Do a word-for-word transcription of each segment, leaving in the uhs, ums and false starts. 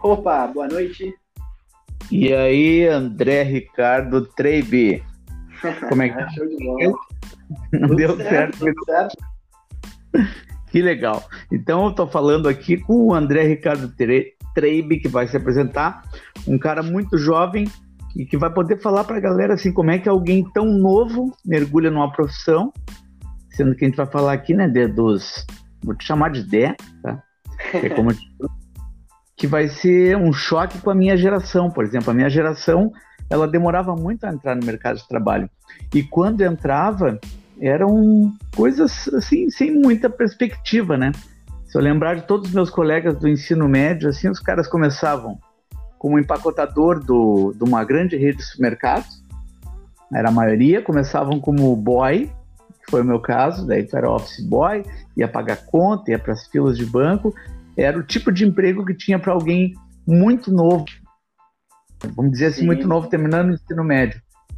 Opa, boa noite. E aí, André Ricardo Treibe? Como é que Ah, show de bola. não Tudo deu certo, certo? tudo certo. Que legal. Então, eu estou falando aqui com o André Ricardo Tre- Treibe, que vai se apresentar, um cara muito jovem e que vai poder falar para a galera assim, como é que alguém tão novo mergulha numa profissão, sendo que a gente vai falar aqui, né, de, dos... Vou te chamar de Dé, tá? Que é como eu te que vai ser um choque com a minha geração. Por exemplo, a minha geração, ela demorava muito a entrar no mercado de trabalho. E quando entrava, eram coisas assim, sem muita perspectiva, né? Se eu lembrar de todos os meus colegas do ensino médio, assim, os caras começavam como empacotador do, de uma grande rede de supermercados, era a maioria, começavam como boy, que foi o meu caso, daí tu era office boy, ia pagar conta, ia para as filas de banco. Era o tipo de emprego que tinha para alguém muito novo, vamos dizer assim, Sim. muito novo, terminando o ensino médio.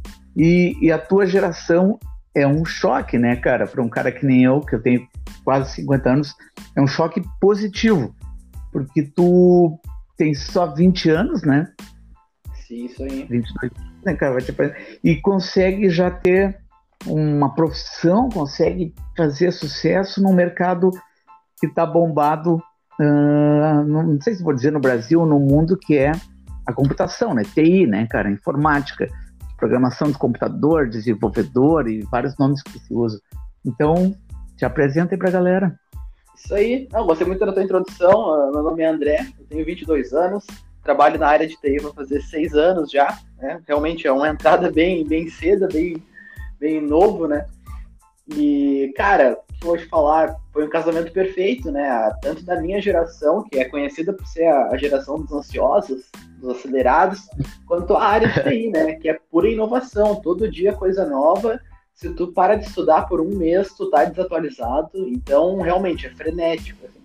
E, e a tua geração é um choque, né, cara? Para um cara que nem eu, que eu tenho quase cinquenta anos, é um choque positivo, porque tu tem só vinte anos, né? Sim, isso aí. vinte e dois, né, cara? Vai te aprender. E consegue já ter uma profissão, consegue fazer sucesso num mercado que está bombado. Uh, não sei se vou dizer no Brasil ou no mundo, que é a computação, né? T I, né, cara? Informática, programação de computador, desenvolvedor e vários nomes que se usam. Então, te apresenta aí pra galera. Isso aí. Não, gostei muito da tua introdução. Uh, meu nome é André, eu tenho vinte e dois anos, trabalho na área de T I, vou fazer seis anos já, né? Realmente é uma entrada bem, bem cedo, bem, bem novo, né? E, cara, o que eu vou te falar, foi um casamento perfeito, né? Tanto da minha geração, que é conhecida por ser a geração dos ansiosos, dos acelerados, quanto a área de T I, né? Que é pura inovação, todo dia coisa nova. Se tu para de estudar por um mês, tu tá desatualizado. Então, realmente, é frenético. Assim.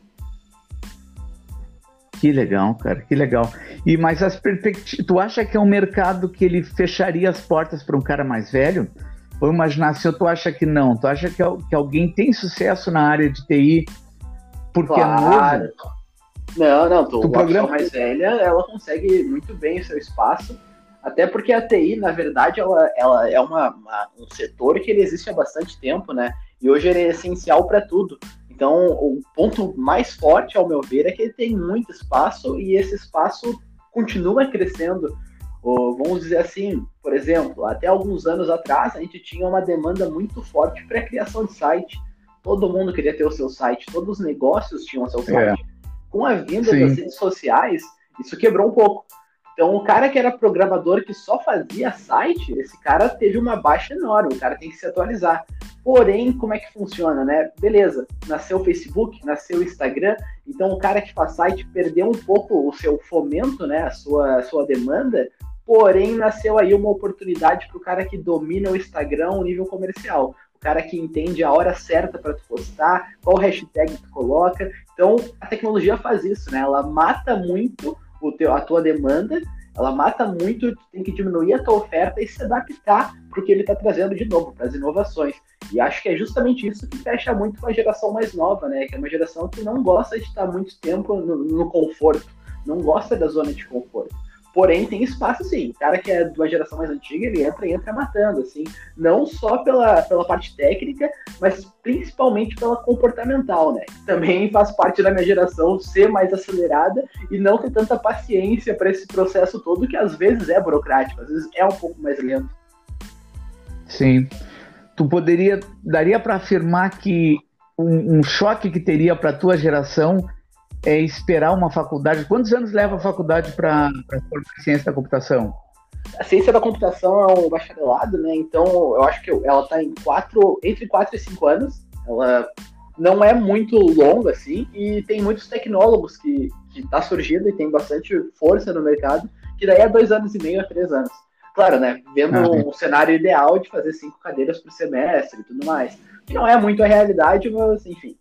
Que legal, cara, que legal. E, mas as perspectivas, tu acha que é um mercado que ele fecharia as portas para um cara mais velho? Vamos imaginar, se tu acha que não, tu acha que, que alguém tem sucesso na área de T I porque claro. é novo? Não, não, tu, tu a programa... pessoa mais velha, ela consegue muito bem o seu espaço, até porque a T I, na verdade, ela, ela é uma, uma, um setor que ele existe há bastante tempo, né? E hoje ele é essencial para tudo. Então, o ponto mais forte, ao meu ver, é que ele tem muito espaço e esse espaço continua crescendo. Ou, vamos dizer assim, por exemplo, até alguns anos atrás, a gente tinha uma demanda muito forte para a criação de site. Todo mundo queria ter o seu site, todos os negócios tinham o seu site. É. Com a vinda Sim. das redes sociais, isso quebrou um pouco. Então, o cara que era programador que só fazia site, esse cara teve uma baixa enorme, o cara tem que se atualizar. Porém, como é que funciona, né? Beleza, nasceu o Facebook, nasceu o Instagram, então o cara que faz site perdeu um pouco o seu fomento, né? A sua, a sua demanda, porém nasceu aí uma oportunidade para o cara que domina o Instagram no nível comercial. O cara que entende a hora certa para tu postar, qual hashtag tu coloca. Então, a tecnologia faz isso, né? Ela mata muito o teu, a tua demanda, ela mata muito, tu tem que diminuir a tua oferta e se adaptar para o que ele está trazendo de novo, para as inovações. E acho que é justamente isso que fecha muito com a geração mais nova, né? Que é uma geração que não gosta de estar muito tempo no, no conforto, não gosta da zona de conforto. Porém, tem espaço sim. O cara que é de uma geração mais antiga, ele entra e entra matando, assim. Não só pela, pela parte técnica, mas principalmente pela comportamental, né? Também faz parte da minha geração ser mais acelerada e não ter tanta paciência para esse processo todo, que às vezes é burocrático, às vezes é um pouco mais lento. Sim. Tu poderia, daria para afirmar que um, um choque que teria para a tua geração é esperar uma faculdade. Quantos anos leva a faculdade para a ciência da computação? A ciência da computação é um bacharelado, né? Então eu acho que ela está em quatro, entre quatro e cinco anos. Ela não é muito longa, assim, e tem muitos tecnólogos que que está surgindo e tem bastante força no mercado, que daí é dois anos e meio a três anos. Claro, né? Vendo ah, um cenário ideal de fazer cinco cadeiras por semestre e tudo mais. Que não é muito a realidade, mas enfim.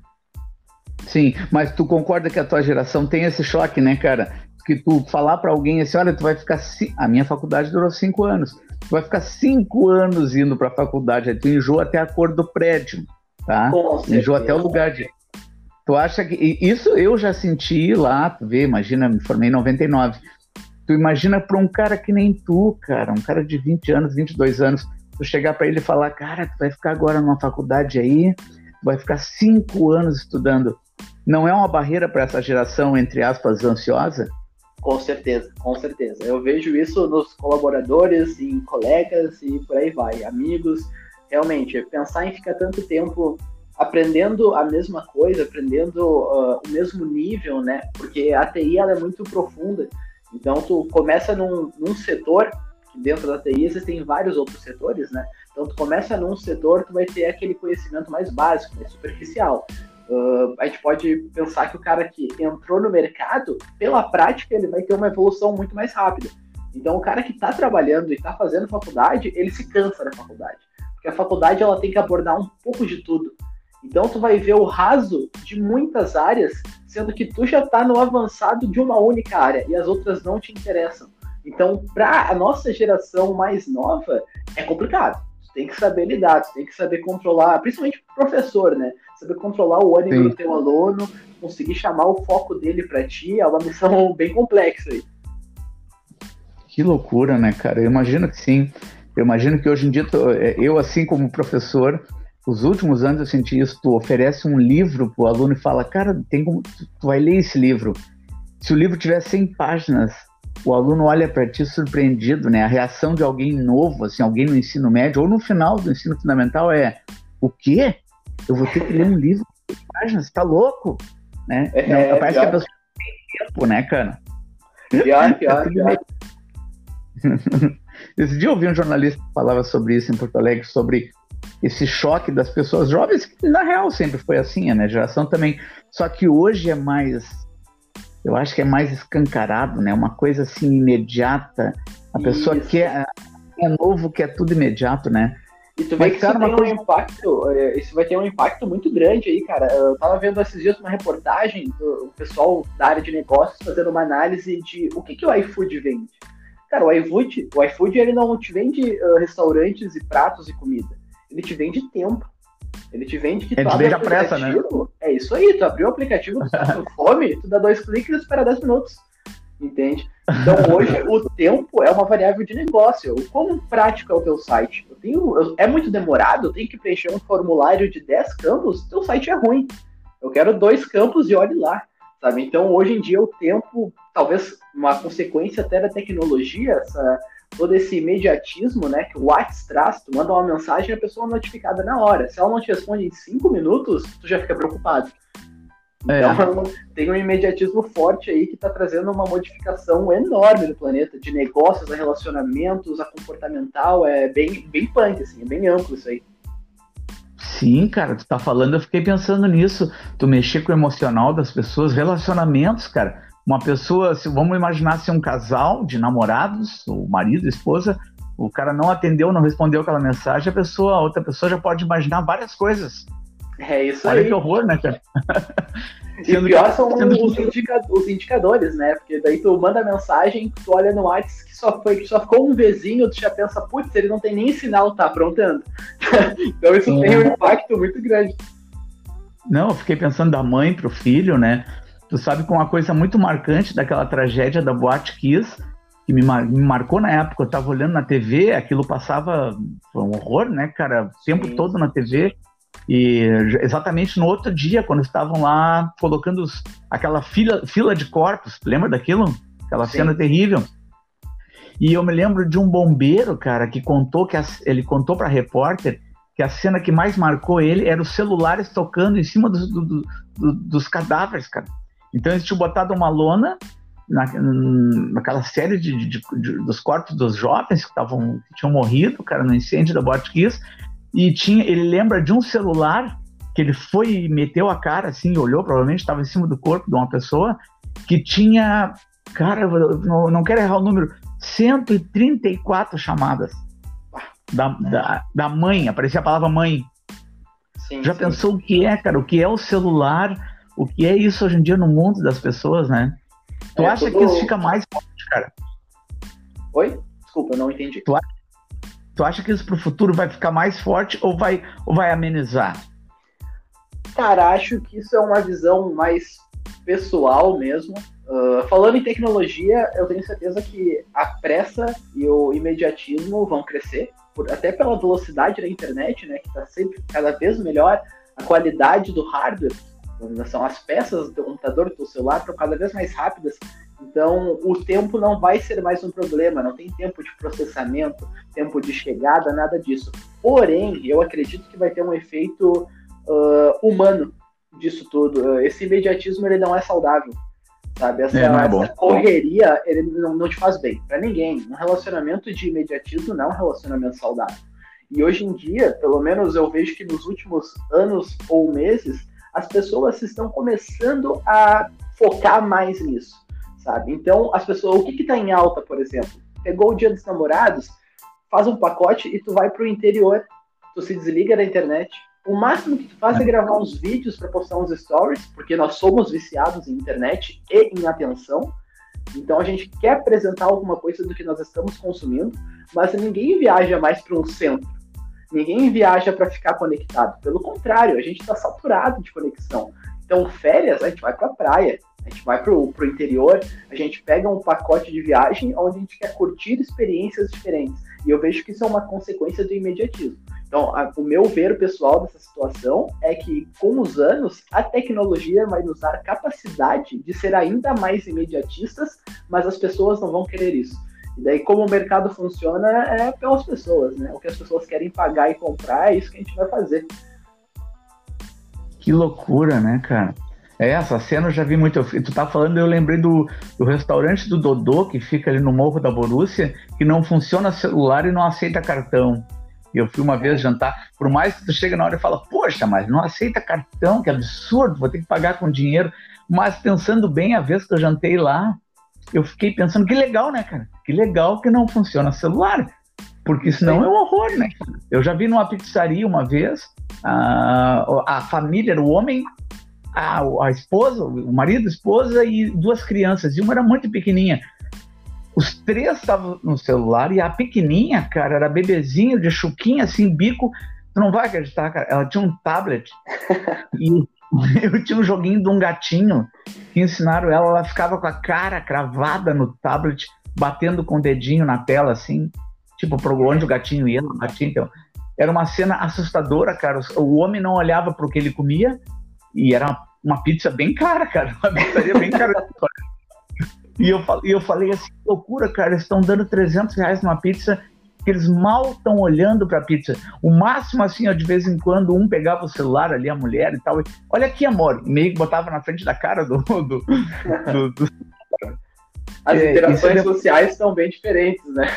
Sim, mas tu concorda que a tua geração tem esse choque, né, cara? Que tu falar para alguém assim, olha, tu vai ficar... Ci... A minha faculdade durou cinco anos. Tu vai ficar cinco anos indo para a faculdade, aí tu enjoa até a cor do prédio, tá? Enjoa até o lugar de... Tu acha que... Isso eu já senti lá, tu vê, imagina, me formei em noventa e nove. Tu imagina para um cara que nem tu, cara, um cara de vinte anos, vinte e dois anos, tu chegar para ele e falar, cara, tu vai ficar agora numa faculdade aí, tu vai ficar cinco anos estudando. Não é uma barreira para essa geração, entre aspas, ansiosa? Com certeza, com certeza. Eu vejo isso nos colaboradores, em colegas e por aí vai, amigos. Realmente, pensar em ficar tanto tempo aprendendo a mesma coisa, aprendendo uh, o mesmo nível, né? Porque a T I ela é muito profunda. Então, tu começa num, num setor, que dentro da T I existem vários outros setores, né? Então, tu começa num setor, tu vai ter aquele conhecimento mais básico, mais superficial. Uh, a gente pode pensar que o cara que entrou no mercado, pela prática, ele vai ter uma evolução muito mais rápida. Então, o cara que está trabalhando e está fazendo faculdade, ele se cansa da faculdade. Porque a faculdade ela tem que abordar um pouco de tudo. Então, tu vai ver o raso de muitas áreas, sendo que tu já está no avançado de uma única área e as outras não te interessam. Então, para a nossa geração mais nova, é complicado. Tu tem que saber lidar, tu tem que saber controlar, principalmente o professor, né? Saber controlar o ânimo Sim. do teu aluno, conseguir chamar o foco dele para ti, é uma missão bem complexa aí. Que loucura, né, cara? Eu imagino que sim. Eu imagino que hoje em dia, eu assim como professor, os últimos anos eu senti isso, tu oferece um livro pro aluno e fala, cara, tem como, tu vai ler esse livro. Se o livro tiver cem páginas, o aluno olha para ti surpreendido, né? A reação de alguém novo, assim, alguém no ensino médio ou no final do ensino fundamental é, o quê? Eu vou ter que ler um livro de cem páginas, tá louco? Né? É, Não, é, parece pior. que a pessoa tem tempo, né, cara? Pior, pior, pior. Esse dia eu ouvi um jornalista que falava sobre isso em Porto Alegre, sobre esse choque das pessoas jovens, que na real sempre foi assim, a minha geração também, só que hoje é mais, eu acho que é mais escancarado, né, uma coisa assim imediata, a pessoa Isso. quer, é novo, quer tudo imediato, né. E tu vê que isso tem um coisa... impacto, isso vai ter um impacto muito grande aí, cara. Eu tava vendo esses dias uma reportagem do pessoal da área de negócios fazendo uma análise de o que, que o iFood vende. Cara, o iFood, o iFood ele não te vende uh, restaurantes e pratos e comida. Ele te vende tempo. Ele te vende que tu ele te vende a pressa, né? É isso aí, tu abriu o aplicativo, tu tá com fome, tu dá dois cliques e espera dez minutos. Entende? Então hoje o tempo é uma variável de negócio. O quão prático é o teu site? Eu tenho, eu, é muito demorado, eu tenho que preencher um formulário de dez campos, teu site é ruim. Eu quero dois campos e olhe lá. Sabe? Então hoje em dia o tempo, talvez uma consequência até da tecnologia, essa, todo esse imediatismo, né, que o WhatsApp traz, tu manda uma mensagem e a pessoa é notificada na hora. Se ela não te responde em cinco minutos, tu já fica preocupado. Então, é. tem um imediatismo forte aí que está trazendo uma modificação enorme no planeta, de negócios, a relacionamentos, a comportamental, é bem, bem punk, assim, é bem amplo isso aí. Sim, cara, tu tá falando, eu fiquei pensando nisso, tu mexer com o emocional das pessoas, relacionamentos, cara, uma pessoa, se, vamos imaginar se um casal de namorados, o marido, a esposa, o cara não atendeu, não respondeu aquela mensagem, a pessoa, a outra pessoa já pode imaginar várias coisas. É isso Olha aí. que horror, né, cara? E pior são os, indica- os indicadores, né? Porque daí tu manda mensagem, tu olha no WhatsApp que só, foi, que só ficou um vizinho, tu já pensa, putz, ele não tem nem sinal, tá aprontando. Então isso é. tem um impacto muito grande. Não, eu fiquei pensando da mãe pro filho, né? Tu sabe que uma coisa muito marcante daquela tragédia da Boate Kiss, que me, mar- me marcou na época, eu tava olhando na T V, aquilo passava, foi um horror, né, cara? O tempo Sim. todo na T V. E exatamente no outro dia, quando estavam lá colocando os, aquela fila, fila de corpos, lembra daquilo? Aquela Sim. cena terrível. E eu me lembro de um bombeiro, cara, que contou, que a, ele contou pra repórter que a cena que mais marcou ele era os celulares tocando em cima dos, do, do, do, dos cadáveres, cara. Então eles tinham botado uma lona na, naquela série de, de, de, dos corpos dos jovens que, tavam, que tinham morrido, cara, no incêndio da Boate Kiss. E tinha, ele lembra de um celular que ele foi e meteu a cara, assim, olhou, provavelmente estava em cima do corpo de uma pessoa, que tinha, cara, eu não, não quero errar o número, cento e trinta e quatro chamadas da, da, da mãe, aparecia a palavra mãe. Sim, Já sim. pensou o que é, cara? O que é o celular? O que é isso hoje em dia no mundo das pessoas, né? Tu é, acha tudo... que isso fica mais forte, cara? Oi? Desculpa, eu não entendi. Tu acha Tu acha que isso pro futuro vai ficar mais forte ou vai, ou vai amenizar? Cara, acho que isso é uma visão mais pessoal mesmo. Uh, falando em tecnologia, eu tenho certeza que a pressa e o imediatismo vão crescer, por, até pela velocidade da internet, né, que está sempre cada vez melhor, a qualidade do hardware, são as peças do teu computador, do teu celular, estão cada vez mais rápidas. Então, o tempo não vai ser mais um problema, não tem tempo de processamento, tempo de chegada, nada disso. Porém, eu acredito que vai ter um efeito uh, humano disso tudo. Esse imediatismo, ele não é saudável, sabe? Essa, é, é essa correria, ele não, não te faz bem para ninguém. Um relacionamento de imediatismo não é um relacionamento saudável. E hoje em dia, pelo menos eu vejo que nos últimos anos ou meses, as pessoas estão começando a focar mais nisso, sabe? Então, as pessoas, o que está em alta, por exemplo? Pegou o Dia dos Namorados, faz um pacote e tu vai pro interior, tu se desliga da internet. O máximo que tu faz é gravar uns vídeos para postar uns stories, porque nós somos viciados em internet e em atenção. Então, a gente quer apresentar alguma coisa do que nós estamos consumindo, mas ninguém viaja mais para um centro. Ninguém viaja para ficar conectado. Pelo contrário, a gente está saturado de conexão. Então, férias, a gente vai para a praia, a gente vai para o interior, a gente pega um pacote de viagem onde a gente quer curtir experiências diferentes. E eu vejo que isso é uma consequência do imediatismo. Então, a, o meu ver pessoal dessa situação é que, com os anos, a tecnologia vai nos dar capacidade de ser ainda mais imediatistas, mas as pessoas não vão querer isso. E daí, como o mercado funciona, é pelas pessoas, né? O que as pessoas querem pagar e comprar, é isso que a gente vai fazer. Que loucura, né, cara? É, essa cena eu já vi muito. Tu tá falando, eu lembrei do, do restaurante do Dodô, que fica ali no Morro da Borússia, que não funciona celular e não aceita cartão. Eu fui uma vez jantar, por mais que tu chega na hora e fala, poxa, mas não aceita cartão, que absurdo, vou ter que pagar com dinheiro. Mas pensando bem, a vez que eu jantei lá, eu fiquei pensando, que legal, né, cara? Que legal que não funciona celular, porque senão é um horror, né? Eu já vi numa pizzaria uma vez, a, a família era o homem, a, a esposa, o marido, a esposa e duas crianças, e uma era muito pequenininha. Os três estavam no celular e a pequenininha, cara, era bebezinho de chuquinha, assim, bico. Tu não vai acreditar, cara. Ela tinha um tablet e eu tinha um joguinho de um gatinho que ensinaram ela. Ela ficava com a cara cravada no tablet, batendo com o dedinho na tela, assim, tipo, para onde o gatinho ia, ela batia. Então, era uma cena assustadora, cara. O homem não olhava para o que ele comia e era uma pizza bem cara, cara. Uma pizzaria bem cara. E eu, e eu falei assim, que loucura, cara, eles estão dando trezentos reais numa pizza que eles mal estão olhando para a pizza. O máximo, assim, ó, de vez em quando, um pegava o celular ali, a mulher e tal, e, olha aqui, amor, e meio que botava na frente da cara do... do, do, do... As é, interações sociais são bem diferentes, né?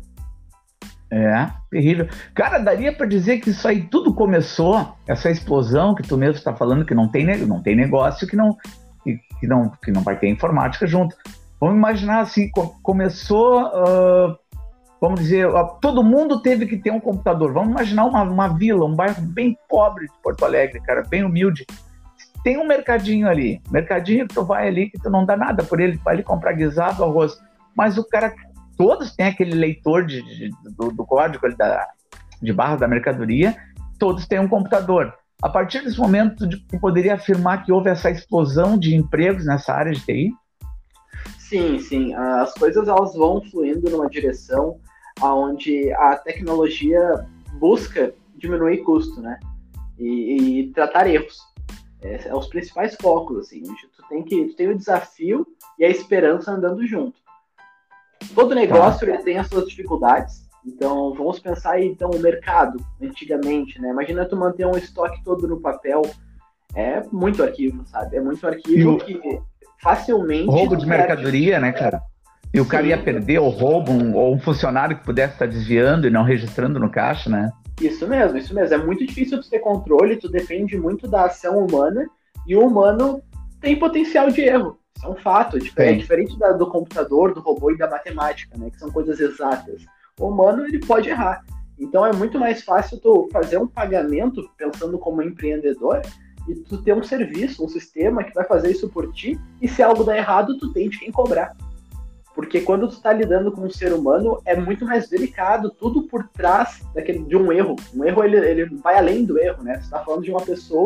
É, terrível. Cara, daria para dizer que isso aí tudo começou, essa explosão que tu mesmo está falando, que não tem, não tem negócio, que não, que, que, não, que não vai ter informática junto. Vamos imaginar assim, começou, uh, vamos dizer, uh, todo mundo teve que ter um computador. Vamos imaginar uma, uma vila, um bairro bem pobre de Porto Alegre, cara, bem humilde. Tem um mercadinho ali, mercadinho que tu vai ali, que tu não dá nada por ele, tu vai ali comprar guisado, arroz. Mas o cara, todos têm aquele leitor de, de, do, do código ali da, de barra da mercadoria, todos têm um computador. A partir desse momento, tu poderia afirmar que houve essa explosão de empregos nessa área de T I? Sim, sim. As coisas elas vão fluindo numa direção onde a tecnologia busca diminuir custo, né? E, e tratar erros. É, é os principais focos, assim, onde tu tem, que, tu tem o desafio e a esperança andando junto. Todo negócio ele tem as suas dificuldades. Então, vamos pensar aí, então, o mercado, antigamente, né? Imagina tu manter um estoque todo no papel. É muito arquivo, sabe? É muito arquivo que... facilmente... Roubo de mercadoria, né, cara? E o Sim. cara ia perder o roubo, um, ou um funcionário que pudesse estar desviando e não registrando no caixa, né? Isso mesmo, isso mesmo. É muito difícil tu ter controle, tu depende muito da ação humana, e o humano tem potencial de erro. Isso é um fato. É diferente, é diferente da, do computador, do robô e da matemática, né? Que são coisas exatas. O humano, ele pode errar. Então é muito mais fácil tu fazer um pagamento, pensando como empreendedor, e tu ter um serviço, um sistema que vai fazer isso por ti, e se algo der errado, tu tem de quem cobrar. Porque quando tu tá lidando com um ser humano, é muito mais delicado, tudo por trás daquele, de um erro. Um erro, ele, ele vai além do erro, né? Tu tá falando de uma pessoa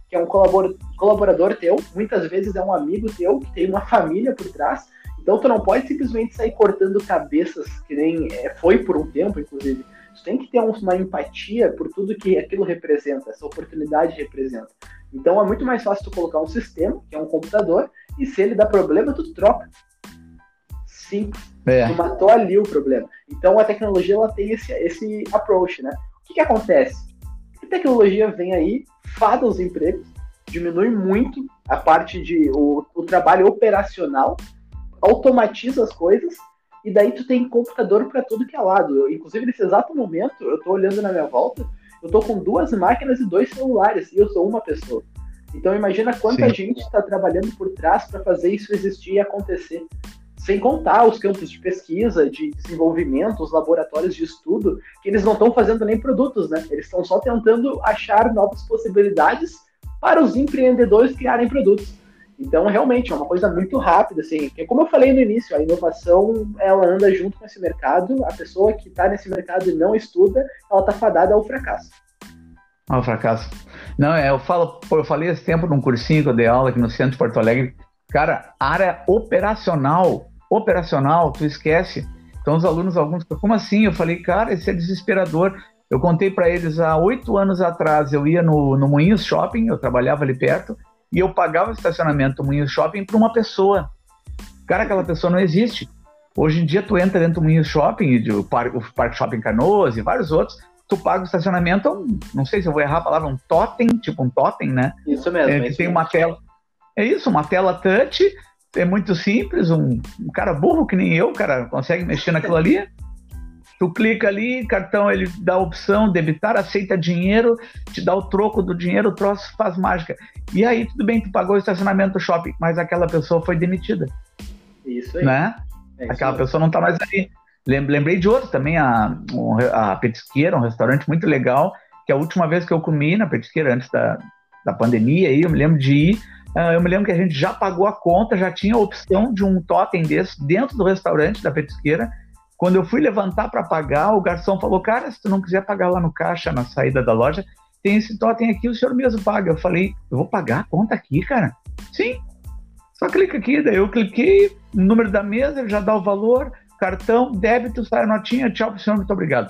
que é um colabor- colaborador teu, muitas vezes é um amigo teu, que tem uma família por trás, então tu não pode simplesmente sair cortando cabeças, que nem é, foi por um tempo, inclusive. Tu tem que ter uma empatia por tudo que aquilo representa, essa oportunidade representa. Então é muito mais fácil tu colocar um sistema, que é um computador, e se ele dá problema, tu troca. Simples. É. Tu matou ali o problema. Então a tecnologia ela tem esse, esse approach, né? O que, que acontece? A tecnologia vem aí, fada os empregos, diminui muito a parte de o, o trabalho operacional, automatiza as coisas, e daí tu tem computador para tudo que é lado. Eu, inclusive, nesse exato momento, eu tô olhando na minha volta, eu tô com duas máquinas e dois celulares, e eu sou uma pessoa. Então imagina quanta Sim. gente está trabalhando por trás para fazer isso existir e acontecer. Sem contar os campos de pesquisa, de desenvolvimento, os laboratórios de estudo, que eles não estão fazendo nem produtos, né? Eles estão só tentando achar novas possibilidades para os empreendedores criarem produtos. Então, realmente, é uma coisa muito rápida, assim. Porque, como eu falei no início, a inovação, ela anda junto com esse mercado. A pessoa que está nesse mercado e não estuda, ela está fadada ao fracasso. Ao fracasso. Não, é, eu falo, eu falei esse tempo num cursinho que eu dei aula aqui no centro de Porto Alegre. Cara, área operacional, operacional, tu esquece. Então os alunos, alguns, como assim? Eu falei, cara, isso é desesperador. Eu contei para eles há oito anos atrás, eu ia no, no Moinhos Shopping, eu trabalhava ali perto, e eu pagava o estacionamento do Moinhos Shopping para uma pessoa. Cara, aquela pessoa não existe. Hoje em dia tu entra dentro do Moinhos Shopping, o Parque, o Parque Shopping Canoas e vários outros, tu paga o estacionamento, não sei se eu vou errar a palavra, um totem, tipo um totem, né? Isso mesmo. É, é que isso tem mesmo. uma tela. É isso, uma tela touch, é muito simples, um, um cara burro que nem eu, cara, consegue mexer naquilo ali. Tu clica ali, cartão, ele dá a opção, debitar, aceita dinheiro, te dá o troco do dinheiro, o troço faz mágica. E aí, tudo bem, tu pagou o estacionamento do shopping, mas aquela pessoa foi demitida. Isso aí. Né? É isso aquela aí. Pessoa não tá mais ali. Lembrei de outro também, a, a Petisqueira, um restaurante muito legal, que a última vez que eu comi na Petisqueira, antes da, da pandemia, aí, eu me lembro de ir, uh, eu me lembro que a gente já pagou a conta, já tinha a opção de um totem desse dentro do restaurante da Petisqueira. Quando eu fui levantar para pagar, o garçom falou, cara, se tu não quiser pagar lá no caixa, na saída da loja, tem esse totem aqui, o senhor mesmo paga. Eu falei, eu vou pagar a conta aqui, cara? Sim, só clica aqui. Daí eu cliquei, o número da mesa, ele já dá o valor, cartão, débito, sai a notinha, tchau pro senhor, muito obrigado.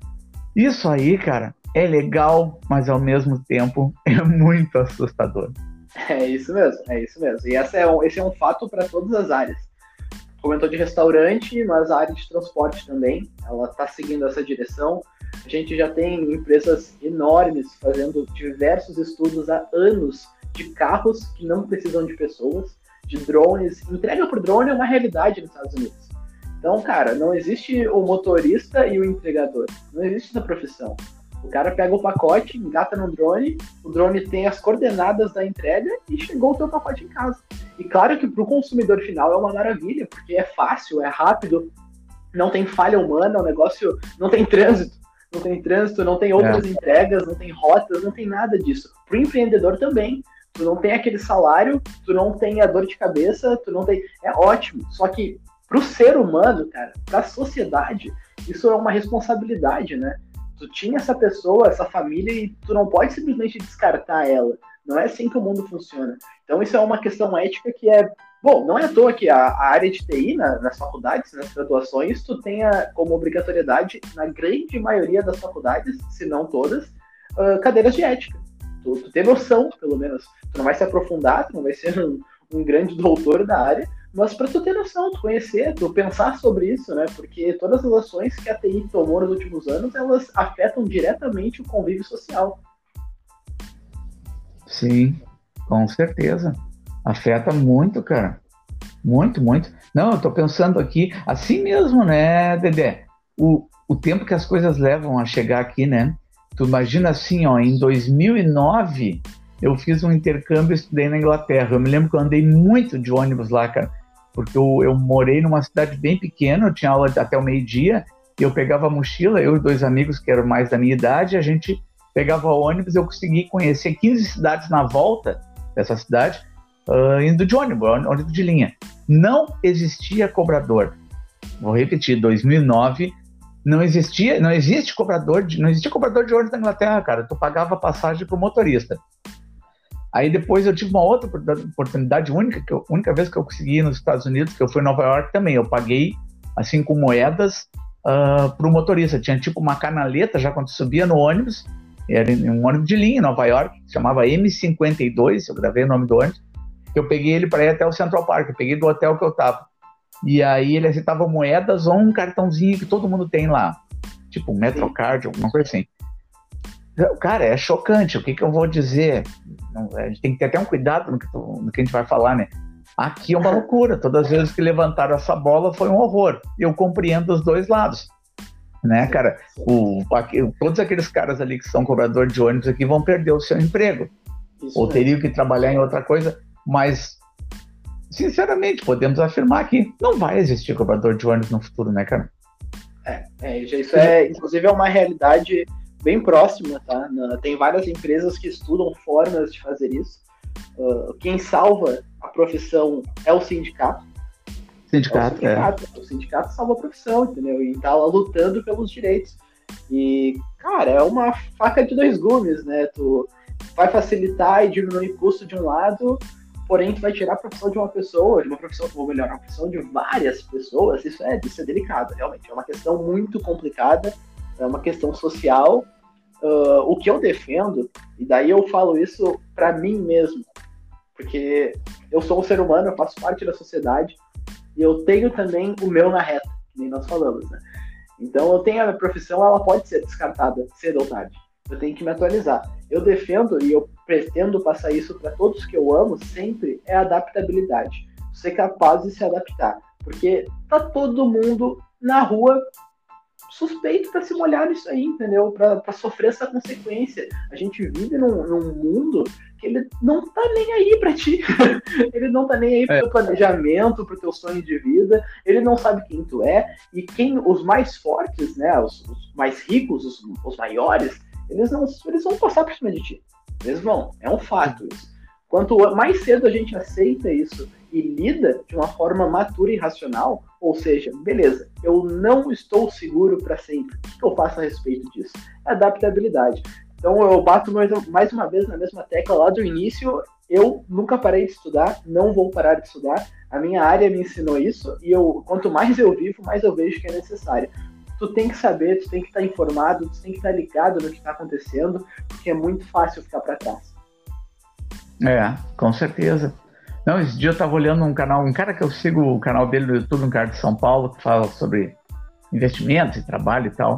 Isso aí, cara, é legal, mas ao mesmo tempo é muito assustador. É isso mesmo, é isso mesmo. E essa é um, esse é um fato para todas as áreas. Comentou de restaurante, mas a área de transporte também, ela está seguindo essa direção. A gente já tem empresas enormes fazendo diversos estudos há anos de carros que não precisam de pessoas, de drones. Entrega por drone é uma realidade nos Estados Unidos. Então, cara, não existe o motorista e o entregador. Não existe essa profissão. O cara pega o pacote, engata no drone, o drone tem as coordenadas da entrega e chegou o teu pacote em casa. E claro que para o consumidor final é uma maravilha, porque é fácil, é rápido, não tem falha humana, o negócio não tem trânsito, não tem trânsito, não tem outras é. entregas, não tem rotas, não tem nada disso. Para o empreendedor também, tu não tem aquele salário, tu não tem a dor de cabeça, tu não tem... É ótimo, só que para o ser humano, cara, para a sociedade, isso é uma responsabilidade, né? Tu tinha essa pessoa, essa família, e tu não pode simplesmente descartar ela. Não é assim que o mundo funciona. Então isso é uma questão ética que é... Bom, não é à toa que a, a área de T I, na, nas faculdades, nas graduações, tu tenha como obrigatoriedade, na grande maioria das faculdades, se não todas, uh, cadeiras de ética. Tu, tu tem noção, pelo menos. Tu não vai se aprofundar, tu não vai ser um, um grande doutor da área, mas para tu ter noção, tu conhecer, tu pensar sobre isso, né? Porque todas as ações que a T I tomou nos últimos anos, elas afetam diretamente o convívio social. Sim, com certeza. Afeta muito, cara. Muito, muito. Não, eu tô pensando aqui, assim mesmo, né, Dedé? O, o tempo que as coisas levam a chegar aqui, né? Tu imagina assim, ó, em dois mil e nove, eu fiz um intercâmbio e estudei na Inglaterra. Eu me lembro que eu andei muito de ônibus lá, cara. Porque eu, eu morei numa cidade bem pequena, eu tinha aula até o meio-dia, e eu pegava a mochila, eu e dois amigos que eram mais da minha idade, a gente pegava ônibus, eu consegui conhecer quinze cidades na volta dessa cidade, uh, indo de ônibus, ônibus de linha. Não existia cobrador. Vou repetir, dois mil e nove, não existia, não existe cobrador de, não existia cobrador de ônibus na Inglaterra, cara. Tu pagava passagem pro motorista. Aí depois eu tive uma outra oportunidade única, que eu, única vez que eu consegui ir nos Estados Unidos, que eu fui em Nova York também. Eu paguei, assim, com moedas uh, para o motorista. Tinha tipo uma canaleta já quando subia no ônibus. Era um ônibus de linha em Nova York, que se chamava M cinquenta e dois, eu gravei o nome do ônibus. Eu peguei ele para ir até o Central Park, eu peguei do hotel que eu tava. E aí ele aceitava moedas ou um cartãozinho que todo mundo tem lá. Tipo um Metrocard, alguma coisa assim. Cara, é chocante. O que, que eu vou dizer? Não, a gente tem que ter até um cuidado no que, tu, no que a gente vai falar, né? Aqui é uma loucura. Todas as vezes que levantaram essa bola foi um horror. Eu compreendo os dois lados. Né, cara? O, aqui, todos aqueles caras ali que são cobradores de ônibus aqui vão perder o seu emprego. Isso ou teriam que trabalhar em outra coisa. Mas, sinceramente, podemos afirmar que não vai existir cobrador de ônibus no futuro, né, cara? É, é isso é, inclusive, é uma realidade bem próxima, tá? Tem várias empresas que estudam formas de fazer isso. Uh, quem salva a profissão é o sindicato. Sindicato, é. O sindicato, é. O sindicato salva a profissão, entendeu? E tá lá lutando pelos direitos. E, cara, é uma faca de dois gumes, né? Tu vai facilitar e diminuir custo de um lado, porém tu vai tirar a profissão de uma pessoa, de uma profissão, ou melhor, a profissão de várias pessoas. Isso é, isso é delicado, realmente. É uma questão muito complicada, é uma questão social. Uh, o que eu defendo, e daí eu falo isso pra mim mesmo, porque eu sou um ser humano, eu faço parte da sociedade, e eu tenho também o meu na reta, que nem nós falamos, né? Então eu tenho a minha profissão, ela pode ser descartada cedo ou tarde. Eu tenho que me atualizar. Eu defendo e eu pretendo passar isso para todos que eu amo sempre, é a adaptabilidade. Ser capaz de se adaptar. Porque tá todo mundo na rua suspeito para se molhar nisso aí, entendeu? Para sofrer essa consequência. A gente vive num, num mundo que ele não tá nem aí para ti. Ele não tá nem aí pro é. teu planejamento, pro teu sonho de vida. Ele não sabe quem tu é. E quem, os mais fortes, né? Os, os mais ricos, os, os maiores, eles, não, eles vão passar por cima de ti. Eles vão. É um fato isso. Quanto mais cedo a gente aceita isso e lida de uma forma matura e racional, ou seja, beleza, eu não estou seguro para sempre. O que eu faço a respeito disso? É adaptabilidade. Então eu bato mais, mais uma vez na mesma tecla lá do início. Eu nunca parei de estudar, não vou parar de estudar. A minha área me ensinou isso e eu, quanto mais eu vivo, mais eu vejo que é necessário. Tu tem que saber, tu tem que estar informado, tu tem que estar ligado no que está acontecendo, porque é muito fácil ficar para trás. É, com certeza. Não, esse dia eu tava olhando um canal, um cara que eu sigo o canal dele no YouTube, um cara de São Paulo, que fala sobre investimentos e trabalho e tal.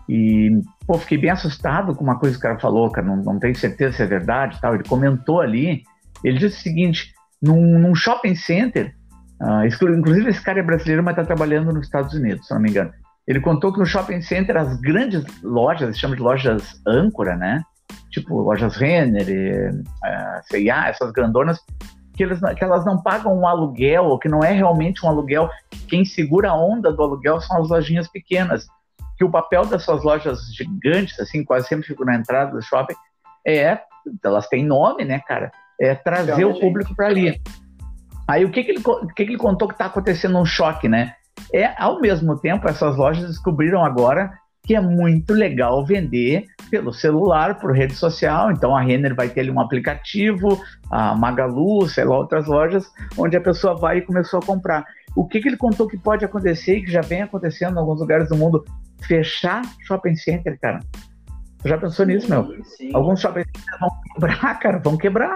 E, pô, fiquei bem assustado com uma coisa que o cara falou, cara, não, não tenho certeza se é verdade e tal. Ele comentou ali, ele disse o seguinte, num, num shopping center, uh, inclusive esse cara é brasileiro, mas tá trabalhando nos Estados Unidos, se não me engano. Ele contou que no shopping center as grandes lojas, eles chamam de lojas âncora, né? Tipo lojas Renner, e, uh, C e A, essas grandonas, que, eles, que elas não pagam um aluguel, ou que não é realmente um aluguel. Quem segura a onda do aluguel são as lojinhas pequenas. Que o papel dessas lojas gigantes, assim, quase sempre ficam na entrada do shopping, é, elas têm nome, né, cara? É trazer Realmente. o público para ali. Aí o que, que, ele, o que, que ele contou que está acontecendo um choque, né? É, ao mesmo tempo, essas lojas descobriram agora que é muito legal vender pelo celular, por rede social. Então a Renner vai ter ali um aplicativo, a Magalu, sei lá, outras lojas, onde a pessoa vai e começou a comprar. O que, que ele contou que pode acontecer e que já vem acontecendo em alguns lugares do mundo? Fechar shopping center, cara. Tu já pensou nisso, meu? Sim. Alguns shopping centers vão quebrar, cara, vão quebrar.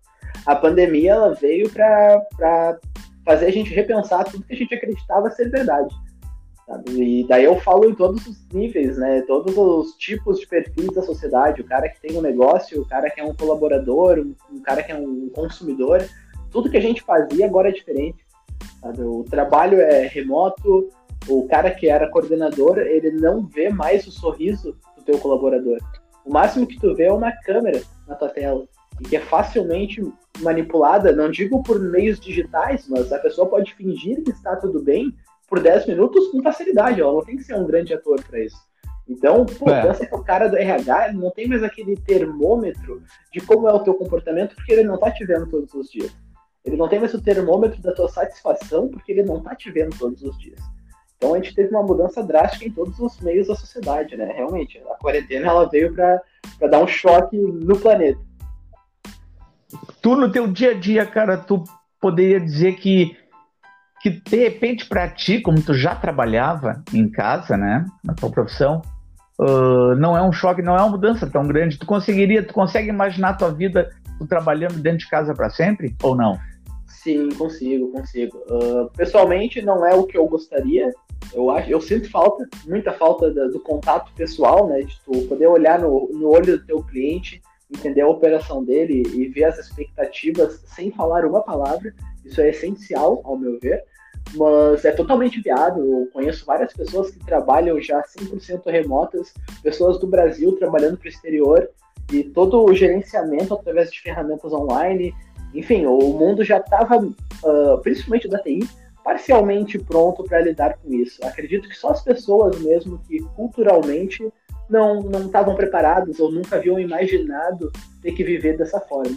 A pandemia, ela veio para fazer a gente repensar tudo que a gente acreditava ser verdade. Sabe? E daí eu falo em todos os níveis, né? Todos os tipos de perfis da sociedade. O cara que tem um negócio, o cara que é um colaborador, um, um cara que é um consumidor. Tudo que a gente fazia agora é diferente. Sabe? O trabalho é remoto. O cara que era coordenador, ele não vê mais o sorriso do teu colaborador. O máximo que tu vê é uma câmera na tua tela. E que é facilmente manipulada, não digo por meios digitais, mas a pessoa pode fingir que está tudo bem por dez minutos com facilidade. Ela não tem que ser um grande ator para isso. Então, pô, é. pensa que o cara do R H ele não tem mais aquele termômetro de como é o teu comportamento, porque ele não tá te vendo todos os dias. Ele não tem mais o termômetro da tua satisfação, porque ele não tá te vendo todos os dias. Então a gente teve uma mudança drástica em todos os meios da sociedade, né? Realmente, a quarentena ela veio para dar um choque no planeta. Tu, no teu dia a dia, cara, tu poderia dizer que, que de repente, para ti, como tu já trabalhava em casa, né, na tua profissão, uh, não é um choque, não é uma mudança tão grande. Tu conseguiria, tu consegue imaginar a tua vida tu trabalhando dentro de casa para sempre, ou não? Sim, consigo, consigo. Uh, pessoalmente, não é o que eu gostaria. Eu acho, eu sinto falta, muita falta do, do contato pessoal, né, de tu poder olhar no, no olho do teu cliente, entender a operação dele e ver as expectativas sem falar uma palavra. Isso é essencial, ao meu ver, mas é totalmente viável. Eu conheço várias pessoas que trabalham já cem por cento remotas, pessoas do Brasil trabalhando para o exterior, e todo o gerenciamento através de ferramentas online. Enfim, o mundo já estava, uh, principalmente da T I, parcialmente pronto para lidar com isso. Acredito que só as pessoas mesmo que culturalmente não não estavam preparadas ou nunca haviam imaginado ter que viver dessa forma.